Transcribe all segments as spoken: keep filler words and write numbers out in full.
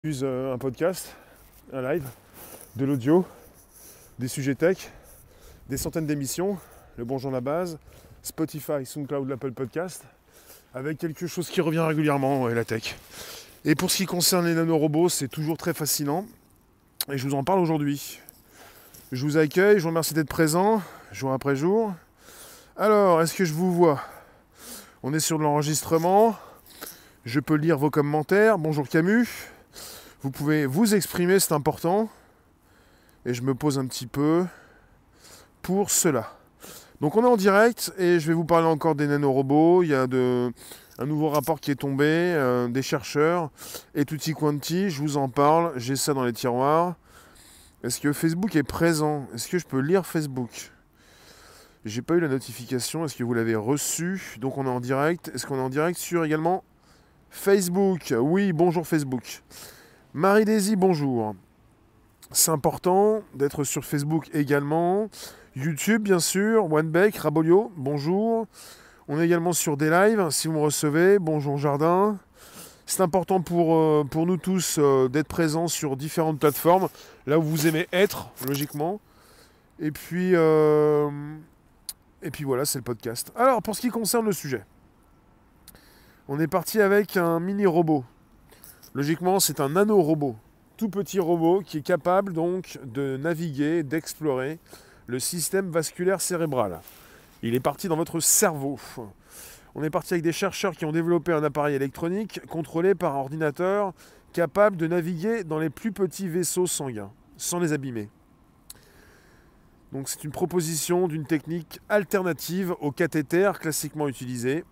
Use un podcast, un live, de l'audio, des sujets tech, des centaines d'émissions, le Bonjour la base, Spotify, SoundCloud, l'Apple Podcast, avec quelque chose qui revient régulièrement, ouais, la tech. Et pour ce qui concerne les nanorobots, c'est toujours très fascinant, et je vous en parle aujourd'hui. Je vous accueille, je vous remercie d'être présent, jour après jour. Alors, est-ce que je vous vois? On est sur de l'enregistrement, je peux lire vos commentaires, bonjour Camus. Vous pouvez vous exprimer, c'est important. Et je me pose un petit peu pour cela. Donc on est en direct et je vais vous parler encore des nanorobots. Il y a de, un nouveau rapport qui est tombé, euh, des chercheurs. Et tutti quanti, je vous en parle. J'ai ça dans les tiroirs. Est-ce que Facebook est présent? Est-ce que je peux lire Facebook? J'ai pas eu la notification. Est-ce que vous l'avez reçu? Donc on est en direct. Est-ce qu'on est en direct sur également Facebook? Oui, bonjour Facebook. Marie-Daisy, bonjour. C'est important d'être sur Facebook également. YouTube, bien sûr. Onebeck, Rabolio, bonjour. On est également sur des lives, si vous me recevez. Bonjour Jardin. C'est important pour, euh, pour nous tous euh, d'être présents sur différentes plateformes, là où vous aimez être, logiquement. Et puis, euh, et puis voilà, c'est le podcast. Alors, pour ce qui concerne le sujet, on est parti avec un mini-robot. Logiquement, c'est un nano-robot, tout petit robot qui est capable donc de naviguer, d'explorer le système vasculaire cérébral. Il est parti dans votre cerveau. On est parti avec des chercheurs qui ont développé un appareil électronique contrôlé par un ordinateur capable de naviguer dans les plus petits vaisseaux sanguins, sans les abîmer. Donc c'est une proposition d'une technique alternative au cathéter classiquement utilisé.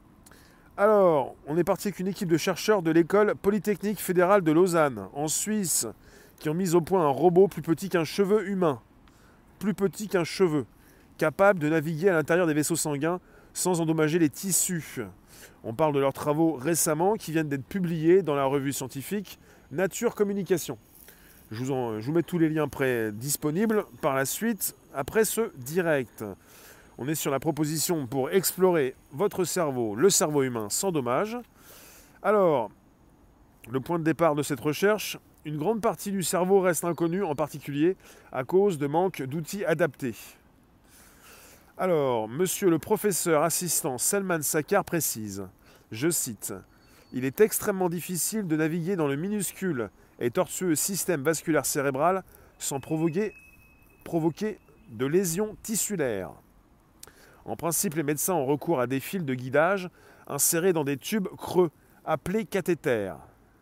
Alors, on est parti avec une équipe de chercheurs de l'école Polytechnique fédérale de Lausanne, en Suisse, qui ont mis au point un robot plus petit qu'un cheveu humain, plus petit qu'un cheveu, capable de naviguer à l'intérieur des vaisseaux sanguins sans endommager les tissus. On parle de leurs travaux récemment qui viennent d'être publiés dans la revue scientifique Nature Communication. Je vous, en, je vous mets tous les liens prêts disponibles par la suite, après ce direct. On est sur la proposition pour explorer votre cerveau, le cerveau humain, sans dommage. Alors, le point de départ de cette recherche, une grande partie du cerveau reste inconnue, en particulier à cause de manque d'outils adaptés. Alors, monsieur le professeur assistant Selman Sakar précise, je cite, « Il est extrêmement difficile de naviguer dans le minuscule et tortueux système vasculaire cérébral sans provoquer, provoquer de lésions tissulaires. En principe, les médecins ont recours à des fils de guidage insérés dans des tubes creux, appelés cathéters.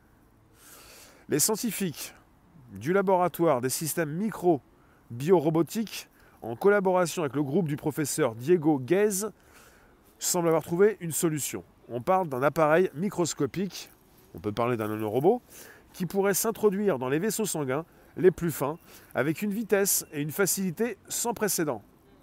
Les scientifiques du laboratoire des systèmes micro-biorobotiques, en collaboration avec le groupe du professeur Diego Guez, semblent avoir trouvé une solution. On parle d'un appareil microscopique, on peut parler d'un nanorobot, qui pourrait s'introduire dans les vaisseaux sanguins les plus fins, avec une vitesse et une facilité sans précédent.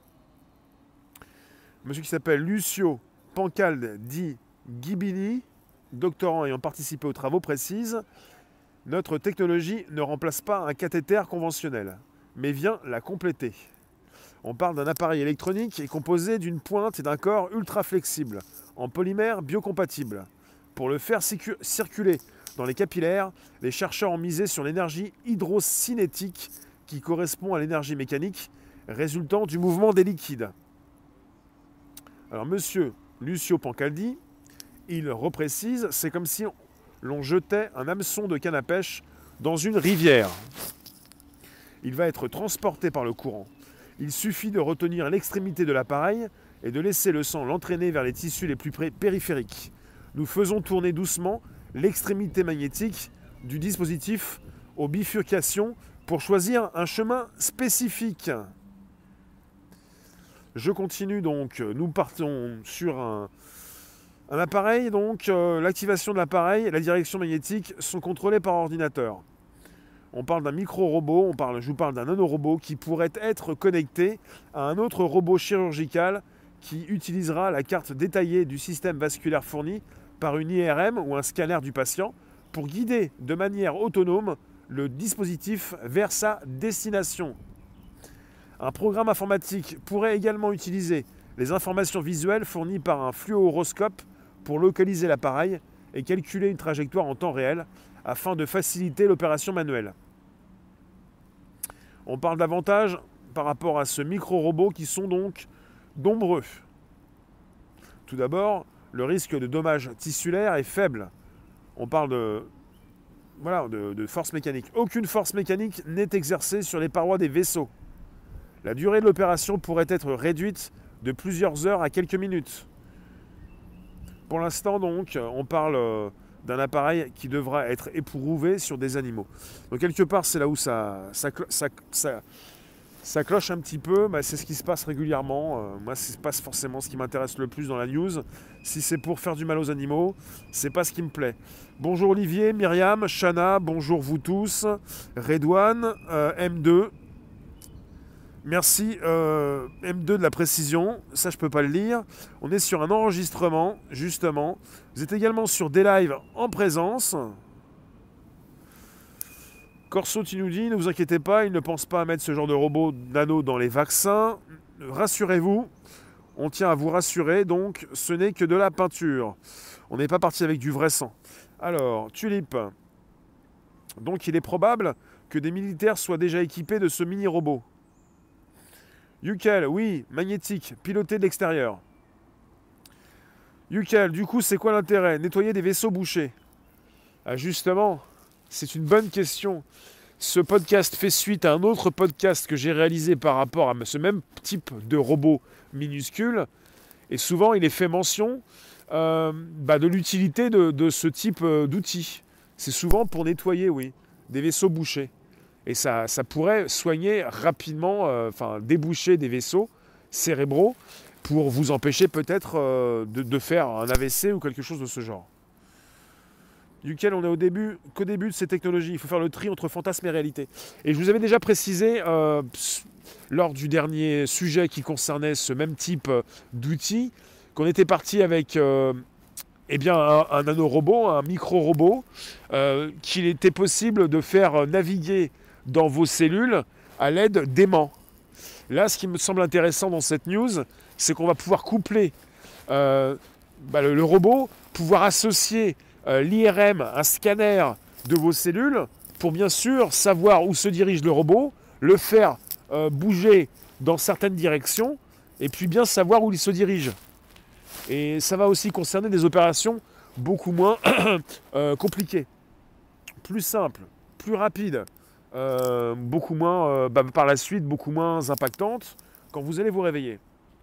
Monsieur qui s'appelle Lucio Pancaldi Ghibini, doctorant ayant participé aux travaux, précise « Notre technologie ne remplace pas un cathéter conventionnel, mais vient la compléter. On parle d'un appareil électronique et composé d'une pointe et d'un corps ultra flexible, en polymère biocompatible. Pour le faire circuler dans les capillaires, les chercheurs ont misé sur l'énergie hydrocinétique qui correspond à l'énergie mécanique résultant du mouvement des liquides. » Alors, monsieur Lucio Pancaldi, il reprécise, c'est comme si l'on jetait un hameçon de canne à pêche dans une rivière. Il va être transporté par le courant. Il suffit de retenir l'extrémité de l'appareil et de laisser le sang l'entraîner vers les tissus les plus périphériques. Nous faisons tourner doucement l'extrémité magnétique du dispositif aux bifurcations pour choisir un chemin spécifique. Je continue donc, nous partons sur un, un appareil, donc euh, l'activation de l'appareil et la direction magnétique sont contrôlées par ordinateur. On parle d'un micro-robot, on parle, je vous parle d'un nanorobot qui pourrait être connecté à un autre robot chirurgical qui utilisera la carte détaillée du système vasculaire fourni par une I R M ou un scanner du patient pour guider de manière autonome le dispositif vers sa destination. Un programme informatique pourrait également utiliser les informations visuelles fournies par un fluoroscope pour localiser l'appareil et calculer une trajectoire en temps réel afin de faciliter l'opération manuelle. On parle davantage par rapport à ce micro-robot qui sont donc nombreux. Tout d'abord, le risque de dommages tissulaires est faible. On parle de, voilà, de, de force mécanique. Aucune force mécanique n'est exercée sur les parois des vaisseaux. La durée de l'opération pourrait être réduite de plusieurs heures à quelques minutes. Pour l'instant, donc, on parle d'un appareil qui devra être éprouvé sur des animaux. Donc, quelque part, c'est là où ça, ça, ça, ça, ça cloche un petit peu. Bah, c'est ce qui se passe régulièrement. Euh, moi, c'est pas forcément ce qui m'intéresse le plus dans la news. Si c'est pour faire du mal aux animaux, c'est pas ce qui me plaît. Bonjour Olivier, Myriam, Shana, bonjour vous tous. Redouane, euh, M deux. Merci euh, M deux de la précision, ça je peux pas le lire. On est sur un enregistrement, justement. Vous êtes également sur des lives en présence. Corso, tu nous dis, ne vous inquiétez pas, il ne pense pas à mettre ce genre de robot nano dans les vaccins. Rassurez-vous, on tient à vous rassurer, donc ce n'est que de la peinture. On n'est pas parti avec du vrai sang. Alors, Tulip. Donc il est probable que des militaires soient déjà équipés de ce mini-robot. Yukel, oui, magnétique, piloté de l'extérieur. Yukel, du coup, c'est quoi l'intérêt? Nettoyer des vaisseaux bouchés. Ah, justement, c'est une bonne question. Ce podcast fait suite à un autre podcast que j'ai réalisé par rapport à ce même type de robot minuscule. Et souvent, il est fait mention euh, bah, de l'utilité de, de ce type d'outil. C'est souvent pour nettoyer, oui, des vaisseaux bouchés. Et ça, ça pourrait soigner rapidement, euh, enfin déboucher des vaisseaux cérébraux pour vous empêcher peut-être euh, de, de faire un A V C ou quelque chose de ce genre. Duquel on est au début, qu'au début de ces technologies. Il faut faire le tri entre fantasme et réalité. Et je vous avais déjà précisé euh, lors du dernier sujet qui concernait ce même type d'outil qu'on était parti avec euh, eh bien, un, un nanorobot, un micro-robot, euh, qu'il était possible de faire naviguer dans vos cellules à l'aide d'aimants. Là, ce qui me semble intéressant dans cette news, c'est qu'on va pouvoir coupler euh, bah, le, le robot, pouvoir associer euh, l'I R M, un scanner de vos cellules, pour bien sûr savoir où se dirige le robot, le faire euh, bouger dans certaines directions, et puis bien savoir où il se dirige. Et ça va aussi concerner des opérations beaucoup moins euh, compliquées, plus simples, plus rapides. Euh, beaucoup moins, euh, bah, par la suite, beaucoup moins impactante quand vous allez vous réveiller.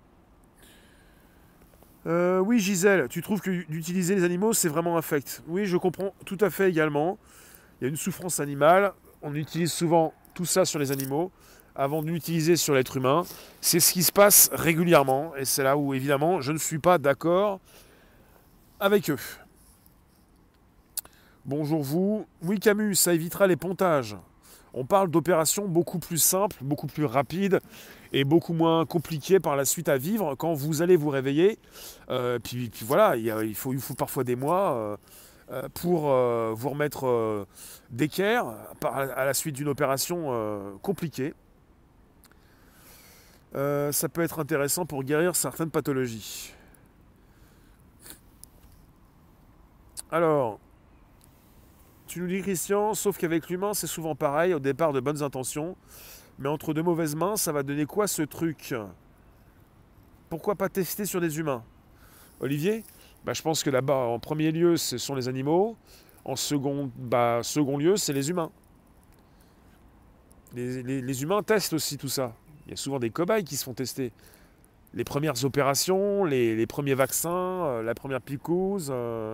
Euh, oui, Gisèle, tu trouves que d'utiliser les animaux, c'est vraiment infect? Oui, je comprends tout à fait également. Il y a une souffrance animale. On utilise souvent tout ça sur les animaux avant de l'utiliser sur l'être humain. C'est ce qui se passe régulièrement. Et c'est là où, évidemment, je ne suis pas d'accord avec eux. Bonjour vous. Oui, Camus, ça évitera les pontages. On parle d'opérations beaucoup plus simples, beaucoup plus rapides et beaucoup moins compliquées par la suite à vivre quand vous allez vous réveiller. Euh, puis, puis voilà, il, y a, il, faut, il faut parfois des mois euh, pour euh, vous remettre euh, d'équerre à la suite d'une opération euh, compliquée. Euh, ça peut être intéressant pour guérir certaines pathologies. Alors... Tu nous dis, Christian, sauf qu'avec l'humain, c'est souvent pareil, au départ de bonnes intentions, mais entre de mauvaises mains, ça va donner quoi ce truc? Pourquoi pas tester sur des humains? Olivier, bah, je pense que là-bas, en premier lieu, ce sont les animaux, en second, bah, second lieu, c'est les humains. Les, les, les humains testent aussi tout ça. Il y a souvent des cobayes qui se font tester. Les premières opérations, les, les premiers vaccins, euh, la première picouse... Euh,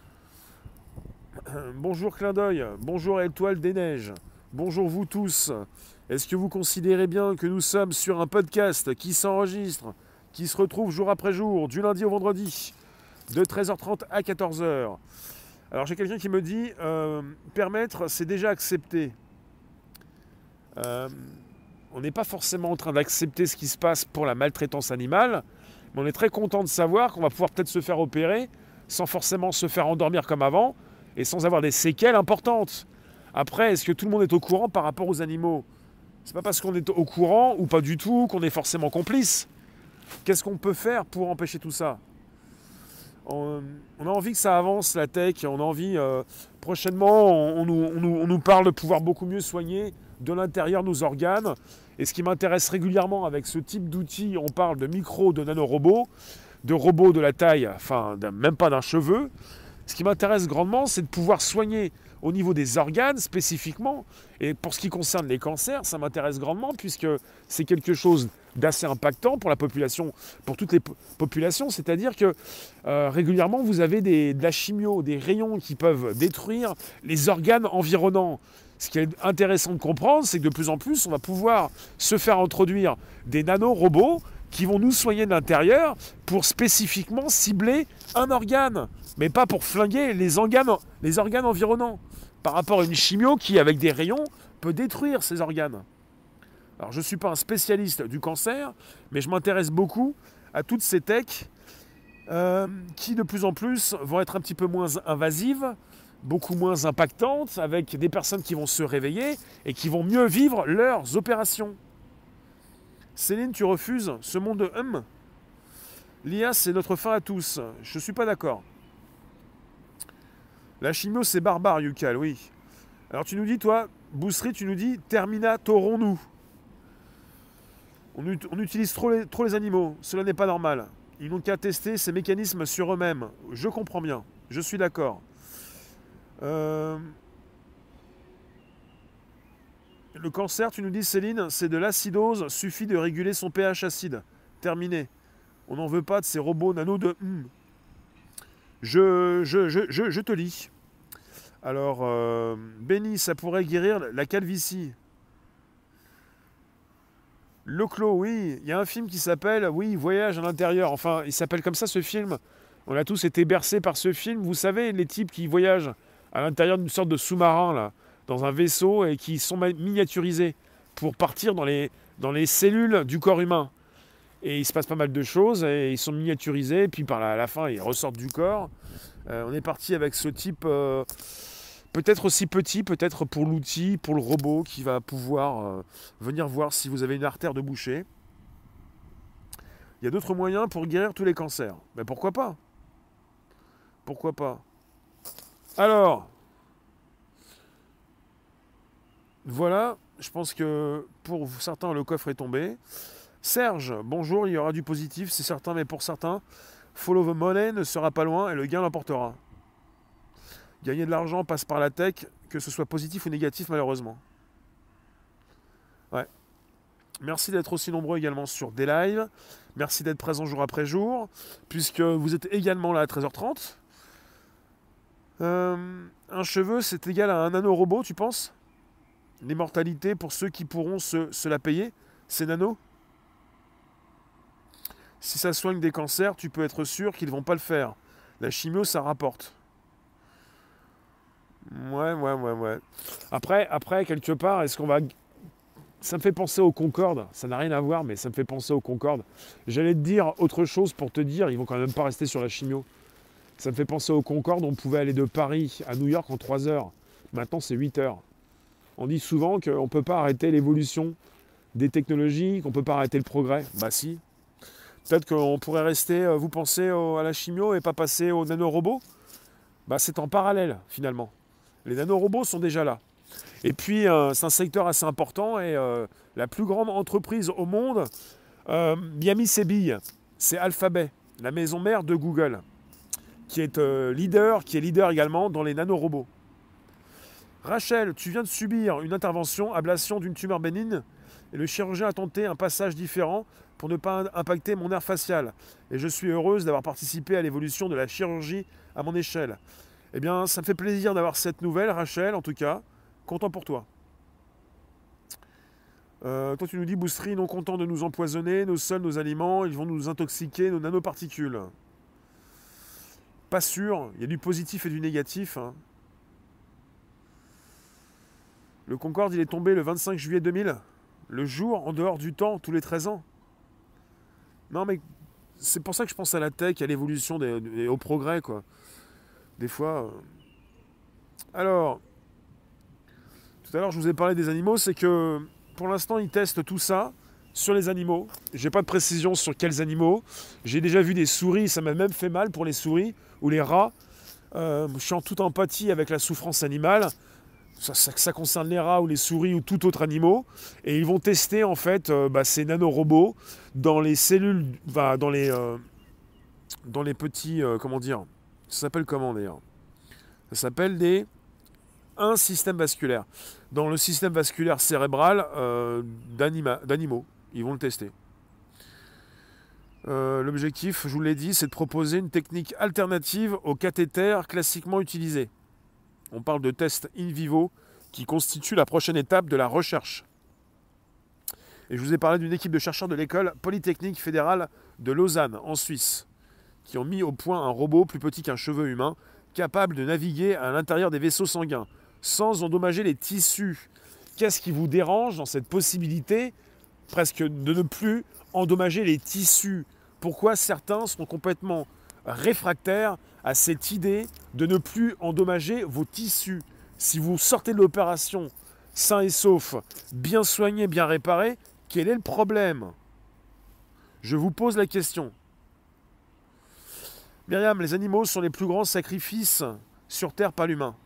Bonjour Clin d'œil, bonjour Étoile des Neiges, bonjour vous tous. Est-ce que vous considérez bien que nous sommes sur un podcast qui s'enregistre, qui se retrouve jour après jour, du lundi au vendredi, de treize heures trente à quatorze heures? Alors j'ai quelqu'un qui me dit, euh, permettre, c'est déjà accepté. Euh, on n'est pas forcément en train d'accepter ce qui se passe pour la maltraitance animale, mais on est très content de savoir qu'on va pouvoir peut-être se faire opérer sans forcément se faire endormir comme avant, et sans avoir des séquelles importantes. Après, est-ce que tout le monde est au courant par rapport aux animaux? C'est pas parce qu'on est au courant, ou pas du tout, qu'on est forcément complice. Qu'est-ce qu'on peut faire pour empêcher tout ça? On, on a envie que ça avance, la tech. On a envie, euh, prochainement, on, on, nous, on, nous, on nous parle de pouvoir beaucoup mieux soigner de l'intérieur nos organes. Et ce qui m'intéresse régulièrement avec ce type d'outils, on parle de micro, de nanorobots, de robots de la taille, enfin, même pas d'un cheveu. Ce qui m'intéresse grandement, c'est de pouvoir soigner au niveau des organes spécifiquement. Et pour ce qui concerne les cancers, ça m'intéresse grandement puisque c'est quelque chose d'assez impactant pour la population, pour toutes les po- populations. C'est-à-dire que euh, régulièrement, vous avez des, de la chimio, des rayons qui peuvent détruire les organes environnants. Ce qui est intéressant de comprendre, c'est que de plus en plus, on va pouvoir se faire introduire des nanorobots qui vont nous soigner de l'intérieur pour spécifiquement cibler un organe, mais pas pour flinguer les organes, les organes environnants, par rapport à une chimio qui, avec des rayons, peut détruire ces organes. Alors, je ne suis pas un spécialiste du cancer, mais je m'intéresse beaucoup à toutes ces techs euh, qui, de plus en plus, vont être un petit peu moins invasives, beaucoup moins impactantes, avec des personnes qui vont se réveiller et qui vont mieux vivre leurs opérations. Céline, tu refuses ce monde de hum. L'I A, c'est notre fin à tous. Je ne suis pas d'accord. La chimio, c'est barbare, Yukal, oui. Alors tu nous dis, toi, Boussery, tu nous dis, terminatorons-nous. On, ut- on utilise trop les, trop les animaux. Cela n'est pas normal. Ils n'ont qu'à tester ces mécanismes sur eux-mêmes. Je comprends bien. Je suis d'accord. Euh... Le cancer, tu nous dis, Céline, c'est de l'acidose. Suffit de réguler son pH acide. Terminé. On n'en veut pas de ces robots nano de... Hmm. Je, je, je, je, je te lis. Alors, euh, Benny, ça pourrait guérir la calvitie. Le Clos, oui. Il y a un film qui s'appelle, oui, Voyage à l'intérieur. Enfin, il s'appelle comme ça, ce film. On a tous été bercés par ce film. Vous savez, les types qui voyagent à l'intérieur d'une sorte de sous-marin, là, dans un vaisseau, et qui sont miniaturisés pour partir dans les, dans les cellules du corps humain. Et il se passe pas mal de choses, et ils sont miniaturisés, et puis par la, à la fin, ils ressortent du corps. Euh, on est parti avec ce type, euh, peut-être aussi petit, peut-être pour l'outil, pour le robot, qui va pouvoir euh, venir voir si vous avez une artère de boucher. Il y a d'autres moyens pour guérir tous les cancers. Mais pourquoi pas? Pourquoi pas? Alors, voilà, je pense que pour certains, le coffre est tombé. Serge, bonjour, il y aura du positif, c'est certain, mais pour certains, follow the money ne sera pas loin et le gain l'emportera. Gagner de l'argent passe par la tech, que ce soit positif ou négatif, malheureusement. Ouais. Merci d'être aussi nombreux également sur des lives. Merci d'être présent jour après jour, puisque vous êtes également là à treize heures trente. Euh, un cheveu, c'est égal à un nanorobot, tu penses? L'immortalité pour ceux qui pourront se, se la payer, ces nanos? Si ça soigne des cancers, tu peux être sûr qu'ils ne vont pas le faire. La chimio, ça rapporte. Ouais, ouais, ouais, ouais. Après, après quelque part, est-ce qu'on va... Ça me fait penser au Concorde. Ça n'a rien à voir, mais ça me fait penser au Concorde. J'allais te dire autre chose pour te dire, ils vont quand même pas rester sur la chimio. Ça me fait penser au Concorde, on pouvait aller de Paris à New York en trois heures. Maintenant, c'est huit heures. On dit souvent qu'on ne peut pas arrêter l'évolution des technologies, qu'on ne peut pas arrêter le progrès. Bah si. Peut-être qu'on pourrait rester, vous pensez, à la chimio et pas passer aux nanorobots? Bah c'est en parallèle, finalement. Les nanorobots sont déjà là. Et puis, euh, c'est un secteur assez important et euh, la plus grande entreprise au monde euh, y a mis ses billes. C'est Alphabet, la maison mère de Google, qui est euh, leader, qui est leader également dans les nanorobots. Rachel, tu viens de subir une intervention, ablation d'une tumeur bénigne, et le chirurgien a tenté un passage différent pour ne pas impacter mon nerf facial. Et je suis heureuse d'avoir participé à l'évolution de la chirurgie à mon échelle. Eh bien, ça me fait plaisir d'avoir cette nouvelle, Rachel, en tout cas. Content pour toi. Euh, toi, tu nous dis, Boustry, non content de nous empoisonner, nos sols, nos aliments, ils vont nous intoxiquer, nos nanoparticules. Pas sûr, il y a du positif et du négatif. Hein. Le Concorde, il est tombé le vingt-cinq juillet deux mille, le jour en dehors du temps, tous les treize ans. Non, mais c'est pour ça que je pense à la tech, à l'évolution des, et au progrès, quoi. Des fois... Euh... Alors, tout à l'heure, je vous ai parlé des animaux, c'est que pour l'instant, ils testent tout ça sur les animaux. J'ai pas de précision sur quels animaux. J'ai déjà vu des souris, ça m'a même fait mal pour les souris ou les rats. Euh, je suis en toute empathie avec la souffrance animale. Ça, ça, ça concerne les rats ou les souris ou tout autre animal. Et ils vont tester en fait euh, bah, ces nanorobots dans les cellules, bah, dans les, euh, dans les petits, euh, comment dire, ça s'appelle comment d'ailleurs? Ça s'appelle des un système vasculaire. Dans le système vasculaire cérébral euh, d'animaux. Ils vont le tester. Euh, l'objectif, je vous l'ai dit, c'est de proposer une technique alternative aux cathéters classiquement utilisés. On parle de tests in vivo qui constituent la prochaine étape de la recherche. Et je vous ai parlé d'une équipe de chercheurs de l'école Polytechnique fédérale de Lausanne, en Suisse, qui ont mis au point un robot plus petit qu'un cheveu humain, capable de naviguer à l'intérieur des vaisseaux sanguins, sans endommager les tissus. Qu'est-ce qui vous dérange dans cette possibilité presque de ne plus endommager les tissus? Pourquoi certains sont complètement réfractaires à cette idée de ne plus endommager vos tissus? Si vous sortez de l'opération sain et sauf, bien soigné, bien réparé, quel est le problème? Je vous pose la question. Myriam, les animaux sont les plus grands sacrifices sur Terre par l'humain.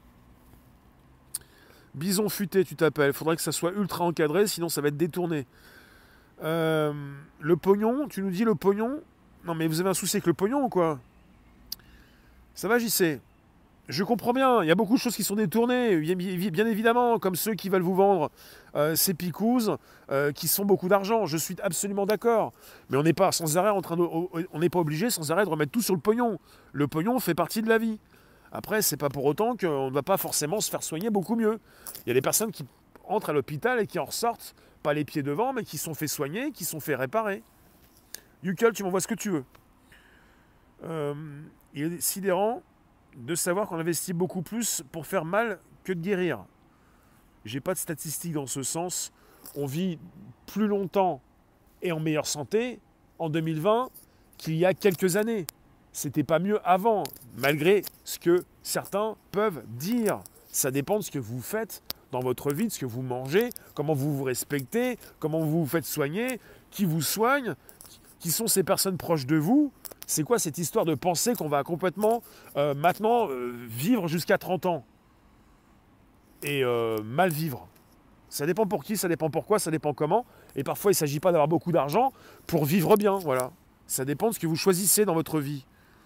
Bison futé, tu t'appelles. Il faudrait que ça soit ultra encadré, sinon ça va être détourné. Euh, le pognon, tu nous dis le pognon? Non mais vous avez un souci avec le pognon ou quoi? Ça va, j'y sais. Je comprends bien, il y a beaucoup de choses qui sont détournées, bien évidemment, comme ceux qui veulent vous vendre euh, ces picouzes euh, qui sont beaucoup d'argent. Je suis absolument d'accord. Mais on n'est pas sans arrêt en train de, on n'est pas obligé sans arrêt de remettre tout sur le pognon. Le pognon fait partie de la vie. Après, c'est pas pour autant qu'on ne va pas forcément se faire soigner beaucoup mieux. Il y a des personnes qui entrent à l'hôpital et qui en ressortent, pas les pieds devant, mais qui sont fait soigner, qui sont fait réparer. Yukel, tu m'envoies ce que tu veux. Euh, il est sidérant de savoir qu'on investit beaucoup plus pour faire mal que de guérir. J'ai pas de statistiques dans ce sens. On vit plus longtemps et en meilleure santé en deux mille vingt qu'il y a quelques années. C'était pas mieux avant, malgré ce que certains peuvent dire. Ça dépend de ce que vous faites dans votre vie, de ce que vous mangez, comment vous vous respectez, comment vous vous faites soigner, qui vous soigne, qui sont ces personnes proches de vous. C'est quoi cette histoire de penser qu'on va complètement, euh, maintenant, euh, vivre jusqu'à trente ans et euh, mal vivre? Ça dépend pour qui, ça dépend pourquoi, ça dépend comment. Et parfois, il ne s'agit pas d'avoir beaucoup d'argent pour vivre bien, voilà. Ça dépend de ce que vous choisissez dans votre vie.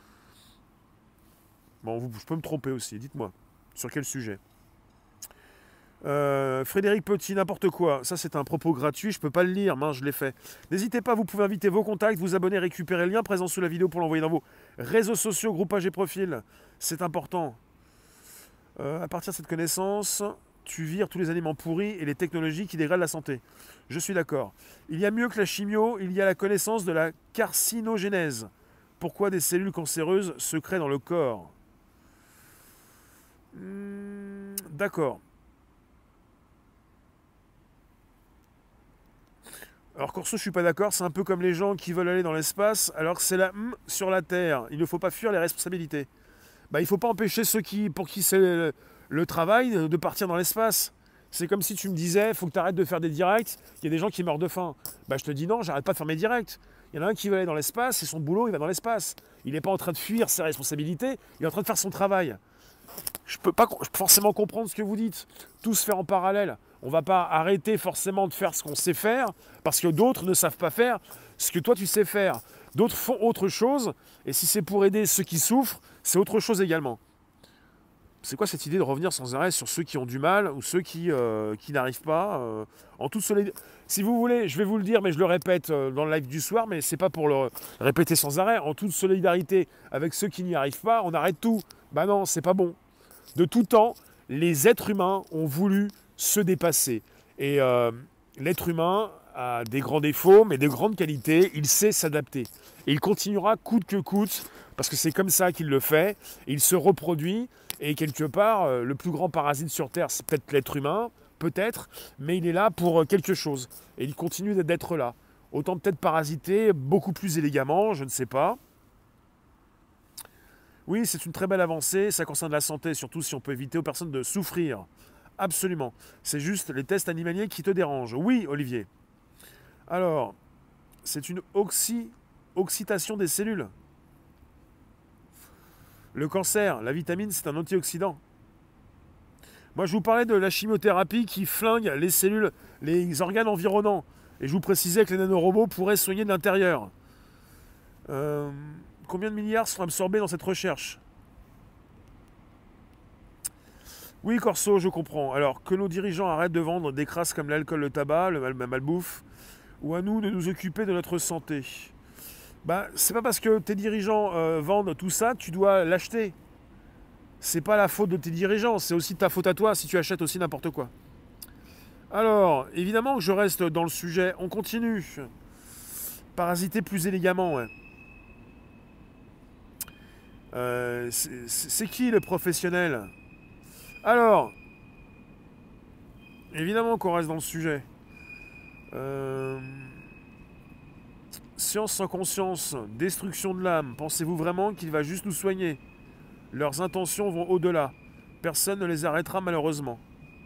Bon, vous, je peux me tromper aussi, dites-moi. Sur quel sujet? Euh, Frédéric Petit, n'importe quoi. Ça, c'est un propos gratuit, je ne peux pas le lire, mince, je l'ai fait. N'hésitez pas, vous pouvez inviter vos contacts, vous abonner, récupérer le lien présent sous la vidéo pour l'envoyer dans vos réseaux sociaux, groupages et profils. C'est important. Euh, à partir de cette connaissance, tu vires tous les aliments pourris et les technologies qui dégradent la santé. Je suis d'accord. Il y a mieux que la chimio, il y a la connaissance de la carcinogénèse. Pourquoi des cellules cancéreuses se créent dans le corps? hmm, D'accord. Alors Corso, je ne suis pas d'accord, c'est un peu comme les gens qui veulent aller dans l'espace alors que c'est la M sur la Terre. Il ne faut pas fuir les responsabilités. Bah, il ne faut pas empêcher ceux qui, pour qui c'est le, le travail de partir dans l'espace. C'est comme si tu me disais, il faut que tu arrêtes de faire des directs, il y a des gens qui meurent de faim. Bah, je te dis non, j'arrête pas de faire mes directs. Il y en a un qui veut aller dans l'espace, c'est son boulot, il va dans l'espace. Il n'est pas en train de fuir ses responsabilités, il est en train de faire son travail. Je ne peux pas forcément comprendre ce que vous dites. Tout se fait en parallèle. On ne va pas arrêter forcément de faire ce qu'on sait faire parce que d'autres ne savent pas faire ce que toi tu sais faire. D'autres font autre chose et si c'est pour aider ceux qui souffrent, c'est autre chose également. C'est quoi cette idée de revenir sans arrêt sur ceux qui ont du mal ou ceux qui, euh, qui n'arrivent pas euh, en toute solidarité. Si vous voulez, je vais vous le dire, mais je le répète euh, dans le live du soir, mais c'est pas pour le répéter sans arrêt. En toute solidarité avec ceux qui n'y arrivent pas, on arrête tout. Bah non, c'est pas bon. De tout temps, les êtres humains ont voulu se dépasser. Et euh, l'être humain a des grands défauts, mais de grandes qualités. Il sait s'adapter. Et il continuera coûte que coûte, parce que c'est comme ça qu'il le fait. Et il se reproduit. Et quelque part, euh, le plus grand parasite sur Terre, c'est peut-être l'être humain, peut-être, mais il est là pour quelque chose. Et il continue d'être là. Autant peut-être parasiter beaucoup plus élégamment, je ne sais pas. Oui, c'est une très belle avancée, ça concerne la santé, surtout si on peut éviter aux personnes de souffrir. Absolument. C'est juste les tests animaliers qui te dérangent. Oui, Olivier. Alors, c'est une oxy, oxydation des cellules. Le cancer, la vitamine, c'est un antioxydant. Moi, je vous parlais de la chimiothérapie qui flingue les cellules, les organes environnants. Et je vous précisais que les nanorobots pourraient soigner de l'intérieur. Euh, combien de milliards sont absorbés dans cette recherche? Oui, Corso, je comprends. Alors, que nos dirigeants arrêtent de vendre des crasses comme l'alcool, le tabac, le mal- malbouffe, ou à nous de nous occuper de notre santé. Bah, c'est pas parce que tes dirigeants euh, vendent tout ça, tu dois l'acheter. C'est pas la faute de tes dirigeants, c'est aussi ta faute à toi si tu achètes aussi n'importe quoi. Alors, évidemment que je reste dans le sujet, on continue. Parasiter plus élégamment, ouais. Euh, c'est c'est qui le professionnel? Alors, évidemment qu'on reste dans le sujet. Euh, science sans conscience, destruction de l'âme, pensez-vous vraiment qu'il va juste nous soigner? Leurs intentions vont au-delà. Personne ne les arrêtera malheureusement.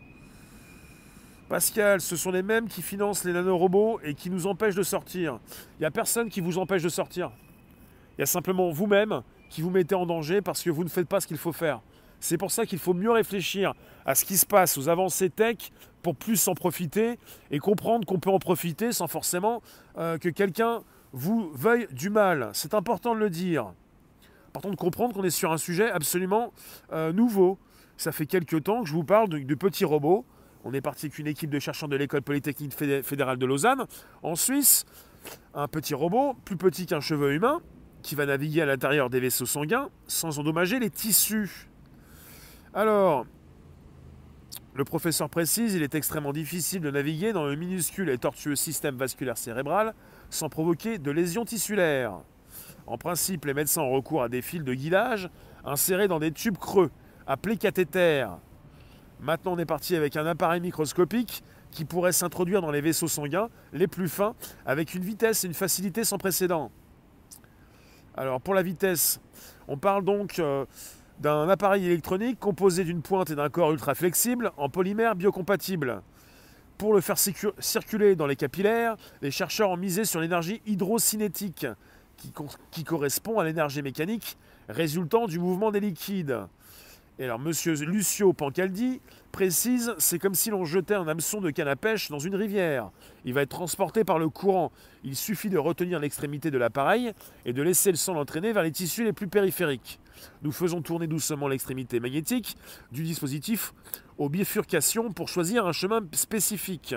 Pascal, ce sont les mêmes qui financent les nanorobots et qui nous empêchent de sortir. Il n'y a personne qui vous empêche de sortir. Il y a simplement vous-même qui vous mettez en danger parce que vous ne faites pas ce qu'il faut faire. C'est pour ça qu'il faut mieux réfléchir à ce qui se passe, aux avancées tech, pour plus en profiter et comprendre qu'on peut en profiter sans forcément euh, que quelqu'un vous veuille du mal. C'est important de le dire. Important de comprendre qu'on est sur un sujet absolument euh, nouveau. Ça fait quelques temps que je vous parle de, de petits robots. On est parti avec une équipe de chercheurs de l'école polytechnique fédérale de Lausanne, en Suisse. Un petit robot, plus petit qu'un cheveu humain, qui va naviguer à l'intérieur des vaisseaux sanguins sans endommager les tissus. Alors, le professeur précise, il est extrêmement difficile de naviguer dans le minuscule et tortueux système vasculaire cérébral sans provoquer de lésions tissulaires. En principe, les médecins ont recours à des fils de guidage insérés dans des tubes creux, appelés cathéters. Maintenant, on est parti avec un appareil microscopique qui pourrait s'introduire dans les vaisseaux sanguins les plus fins avec une vitesse et une facilité sans précédent. Alors, pour la vitesse, on parle donc euh, d'un appareil électronique composé d'une pointe et d'un corps ultra flexible en polymère biocompatible. Pour le faire circuler dans les capillaires, les chercheurs ont misé sur l'énergie hydrocinétique, qui, co- qui correspond à l'énergie mécanique résultant du mouvement des liquides. Et alors, monsieur Lucio Pancaldi précise, c'est comme si l'on jetait un hameçon de canne à pêche dans une rivière. Il va être transporté par le courant. Il suffit de retenir l'extrémité de l'appareil et de laisser le sang l'entraîner vers les tissus les plus périphériques. Nous faisons tourner doucement l'extrémité magnétique du dispositif aux bifurcations pour choisir un chemin spécifique.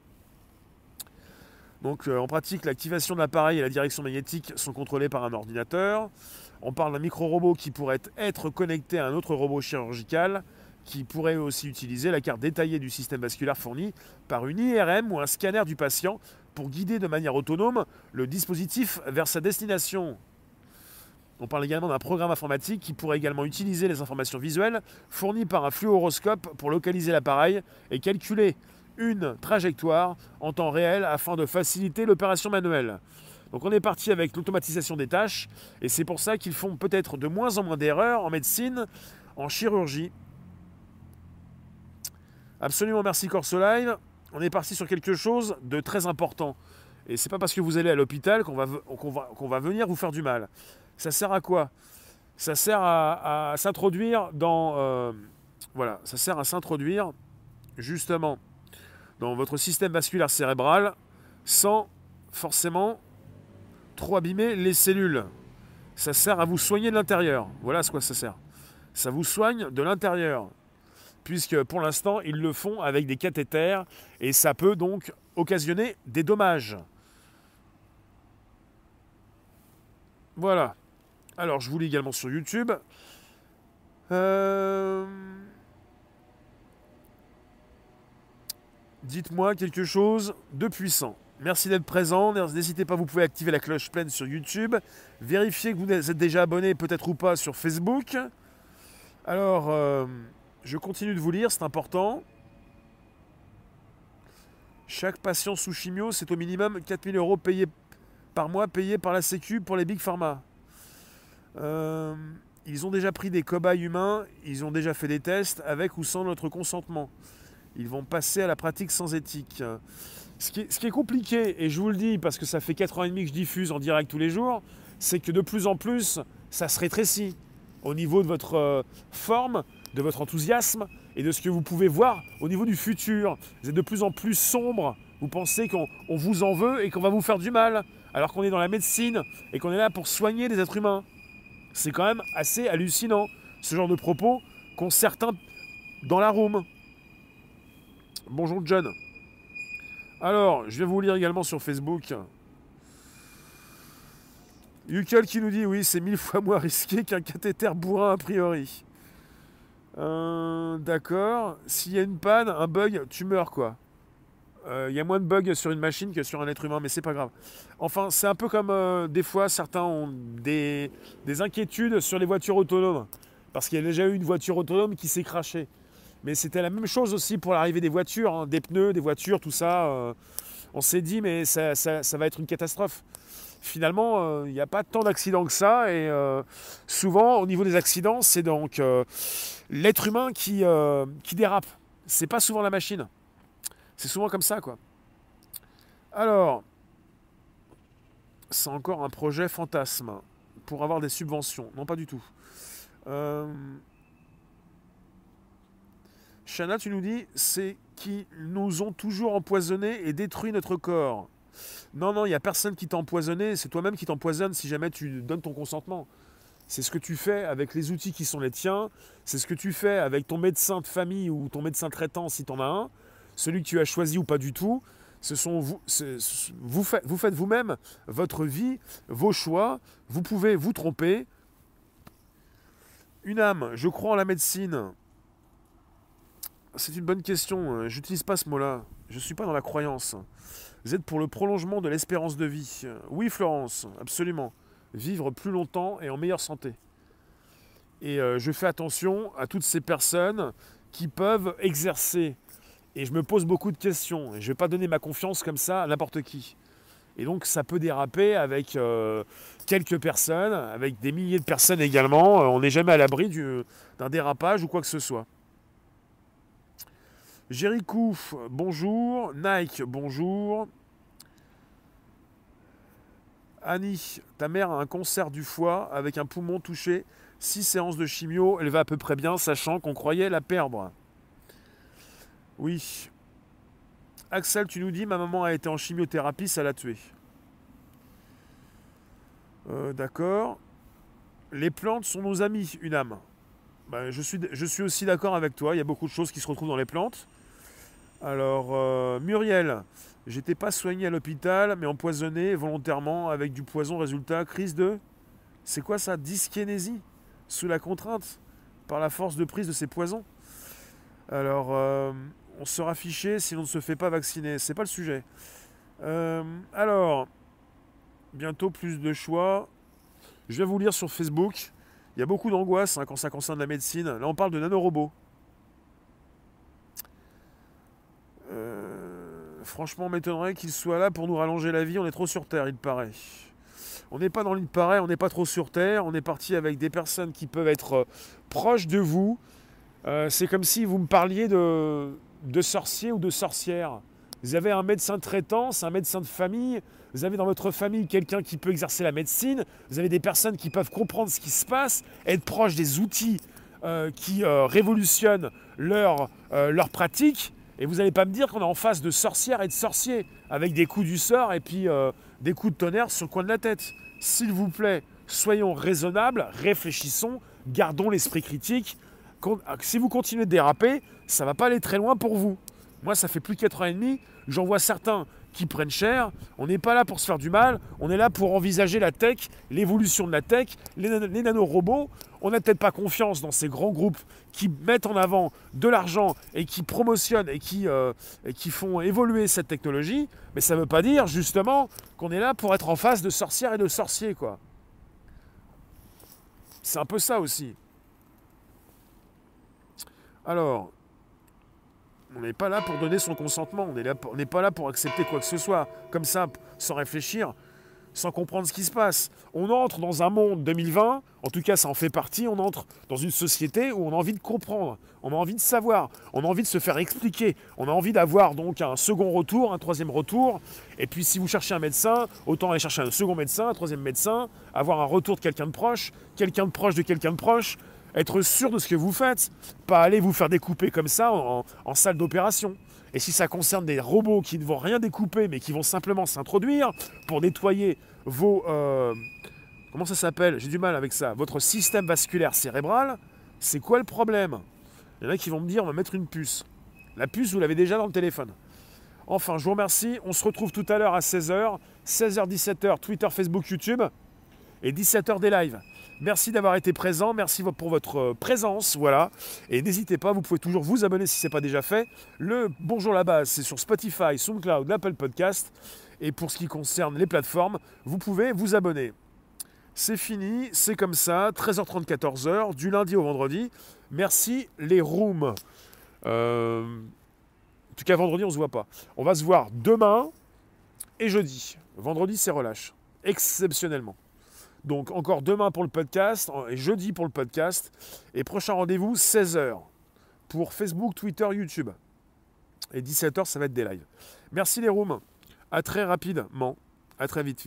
Donc euh, en pratique, l'activation de l'appareil et la direction magnétique sont contrôlées par un ordinateur. On parle d'un micro-robot qui pourrait être connecté à un autre robot chirurgical qui pourrait aussi utiliser la carte détaillée du système vasculaire fournie par une I R M ou un scanner du patient pour guider de manière autonome le dispositif vers sa destination. On parle également d'un programme informatique qui pourrait également utiliser les informations visuelles fournies par un fluoroscope pour localiser l'appareil et calculer une trajectoire en temps réel afin de faciliter l'opération manuelle. Donc on est parti avec l'automatisation des tâches et c'est pour ça qu'ils font peut-être de moins en moins d'erreurs en médecine, en chirurgie. Absolument, merci Corsoline. On est parti sur quelque chose de très important. Et c'est pas parce que vous allez à l'hôpital qu'on va, qu'on va, qu'on va venir vous faire du mal. Ça sert à quoi? Ça sert à, à s'introduire dans... Euh, voilà, ça sert à s'introduire justement dans votre système vasculaire cérébral sans forcément trop abîmer les cellules. Ça sert à vous soigner de l'intérieur. Voilà à quoi ça sert. Ça vous soigne de l'intérieur. Puisque pour l'instant, ils le font avec des cathéters et ça peut donc occasionner des dommages. Voilà. Alors, je vous lis également sur YouTube. Euh... Dites-moi quelque chose de puissant. Merci d'être présent. N'hésitez pas, vous pouvez activer la cloche pleine sur YouTube. Vérifiez que vous êtes déjà abonné, peut-être ou pas, sur Facebook. Alors, euh, je continue de vous lire, c'est important. Chaque patient sous chimio, c'est au minimum quatre mille euros payés par mois, payés par la Sécu pour les Big Pharma. Euh, ils ont déjà pris des cobayes humains, ils ont déjà fait des tests avec ou sans notre consentement. Ils vont passer à la pratique sans éthique. Ce qui, est, ce qui est compliqué, et je vous le dis parce que ça fait quatre ans et demi que je diffuse en direct tous les jours, c'est que de plus en plus, ça se rétrécit au niveau de votre euh, forme, de votre enthousiasme et de ce que vous pouvez voir au niveau du futur. Vous êtes de plus en plus sombre, vous pensez qu'on on vous en veut et qu'on va vous faire du mal, alors qu'on est dans la médecine et qu'on est là pour soigner les êtres humains. C'est quand même assez hallucinant, ce genre de propos qu'ont certains dans la room. Bonjour John. Alors, je vais vous lire également sur Facebook. Yukel qui nous dit, oui, c'est mille fois moins risqué qu'un cathéter bourrin a priori. Euh, D'accord. S'il y a une panne, un bug, tu meurs quoi. Il euh, y a moins de bugs sur une machine que sur un être humain, mais c'est pas grave. Enfin, c'est un peu comme euh, des fois, certains ont des, des inquiétudes sur les voitures autonomes. Parce qu'il y a déjà eu une voiture autonome qui s'est crashée. Mais c'était la même chose aussi pour l'arrivée des voitures, hein, des pneus, des voitures, tout ça. Euh, on s'est dit, mais ça, ça, ça va être une catastrophe. Finalement, il euh, n'y a pas tant d'accidents que ça. Et euh, souvent, au niveau des accidents, c'est donc euh, l'être humain qui, euh, qui dérape. C'est pas souvent la machine. C'est souvent comme ça, quoi. Alors, c'est encore un projet fantasme pour avoir des subventions. Non, pas du tout. Euh... Shana, tu nous dis, c'est qu'ils nous ont toujours empoisonnés et détruit notre corps. Non, non, il n'y a personne qui t'a empoisonné, c'est toi-même qui t'empoisonne si jamais tu donnes ton consentement. C'est ce que tu fais avec les outils qui sont les tiens, c'est ce que tu fais avec ton médecin de famille ou ton médecin traitant si tu en as un, celui que tu as choisi ou pas du tout. Ce sont vous, c'est, vous, faites, vous faites vous-même votre vie, vos choix, vous pouvez vous tromper. Une âme, je crois en la médecine. C'est une bonne question, j'utilise pas ce mot-là, je ne suis pas dans la croyance. Vous êtes pour le prolongement de l'espérance de vie. Oui Florence, absolument. Vivre plus longtemps et en meilleure santé. Et euh, je fais attention à toutes ces personnes qui peuvent exercer. Et je me pose beaucoup de questions. Et je ne vais pas donner ma confiance comme ça à n'importe qui. Et donc ça peut déraper avec euh, quelques personnes, avec des milliers de personnes également. On n'est jamais à l'abri du, d'un dérapage ou quoi que ce soit. Jéricho, bonjour. Nike, bonjour. Annie, ta mère a un cancer du foie avec un poumon touché. Six séances de chimio, elle va à peu près bien, sachant qu'on croyait la perdre. Oui. Axel, tu nous dis, ma maman a été en chimiothérapie, ça l'a tuée. Euh, d'accord. Les plantes sont nos amis, une âme. Ben, je, suis, je suis aussi d'accord avec toi, il y a beaucoup de choses qui se retrouvent dans les plantes. Alors, euh, Muriel, j'étais pas soigné à l'hôpital, mais empoisonné volontairement avec du poison. Résultat, crise de... C'est quoi ça? Dyskinésie? Sous la contrainte? Par la force de prise de ces poisons? Alors, euh, on sera fiché si l'on ne se fait pas vacciner. C'est pas le sujet. Euh, alors, bientôt plus de choix. Je vais vous lire sur Facebook. Il y a beaucoup d'angoisse hein, quand ça concerne la médecine. Là, on parle de nanorobots. Euh, franchement, on m'étonnerait qu'il soit là pour nous rallonger la vie. On est trop sur Terre, il paraît. On n'est pas dans l'île paraît, on n'est pas trop sur Terre. On est parti avec des personnes qui peuvent être euh, proches de vous. Euh, c'est comme si vous me parliez de, de sorciers ou de sorcières. Vous avez un médecin traitant, c'est un médecin de famille. Vous avez dans votre famille quelqu'un qui peut exercer la médecine. Vous avez des personnes qui peuvent comprendre ce qui se passe, être proches des outils euh, qui euh, révolutionnent leur, euh, leur pratique. Et vous n'allez pas me dire qu'on est en face de sorcières et de sorciers, avec des coups du sort et puis euh, des coups de tonnerre sur le coin de la tête. S'il vous plaît, soyons raisonnables, réfléchissons, gardons l'esprit critique. Si vous continuez de déraper, ça ne va pas aller très loin pour vous. Moi, ça fait plus de quatre ans et demi, j'en vois certains qui prennent cher. On n'est pas là pour se faire du mal, on est là pour envisager la tech, l'évolution de la tech, les, nan- les nanorobots. On n'a peut-être pas confiance dans ces grands groupes qui mettent en avant de l'argent et qui promotionnent et qui, euh, et qui font évoluer cette technologie, mais ça ne veut pas dire justement qu'on est là pour être en face de sorcières et de sorciers, quoi. C'est un peu ça aussi. Alors, on n'est pas là pour donner son consentement, on n'est pas là pour accepter quoi que ce soit, comme ça, sans réfléchir. sans comprendre ce qui se passe. On entre dans un monde deux mille vingt, en tout cas ça en fait partie, on entre dans une société où on a envie de comprendre, on a envie de savoir, on a envie de se faire expliquer, on a envie d'avoir donc un second retour, un troisième retour, et puis si vous cherchez un médecin, autant aller chercher un second médecin, un troisième médecin, avoir un retour de quelqu'un de proche, quelqu'un de proche de quelqu'un de proche, être sûr de ce que vous faites, pas aller vous faire découper comme ça en, en salle d'opération. Et si ça concerne des robots qui ne vont rien découper, mais qui vont simplement s'introduire pour nettoyer vos... Euh, comment ça s'appelle? J'ai du mal avec ça. Votre système vasculaire cérébral, c'est quoi le problème? Il y en a qui vont me dire, on va mettre une puce. La puce, vous l'avez déjà dans le téléphone. Enfin, je vous remercie. On se retrouve tout à l'heure à seize heures. seize heures, dix-sept heures, Twitter, Facebook, YouTube. Et dix-sept heures des lives. Merci d'avoir été présent, merci pour votre présence, voilà. Et n'hésitez pas, vous pouvez toujours vous abonner si ce n'est pas déjà fait. Le Bonjour la base, c'est sur Spotify, SoundCloud, Apple Podcast. Et pour ce qui concerne les plateformes, vous pouvez vous abonner. C'est fini, c'est comme ça, treize heures trente, quatorze heures, du lundi au vendredi. Merci les rooms. Euh... En tout cas, vendredi, on ne se voit pas. On va se voir demain et jeudi. Vendredi, c'est relâche, exceptionnellement. Donc encore demain pour le podcast, et jeudi pour le podcast. Et prochain rendez-vous, seize heures, pour Facebook, Twitter, YouTube. Et dix-sept heures, ça va être des lives. Merci les rooms. À très rapidement. À très vite.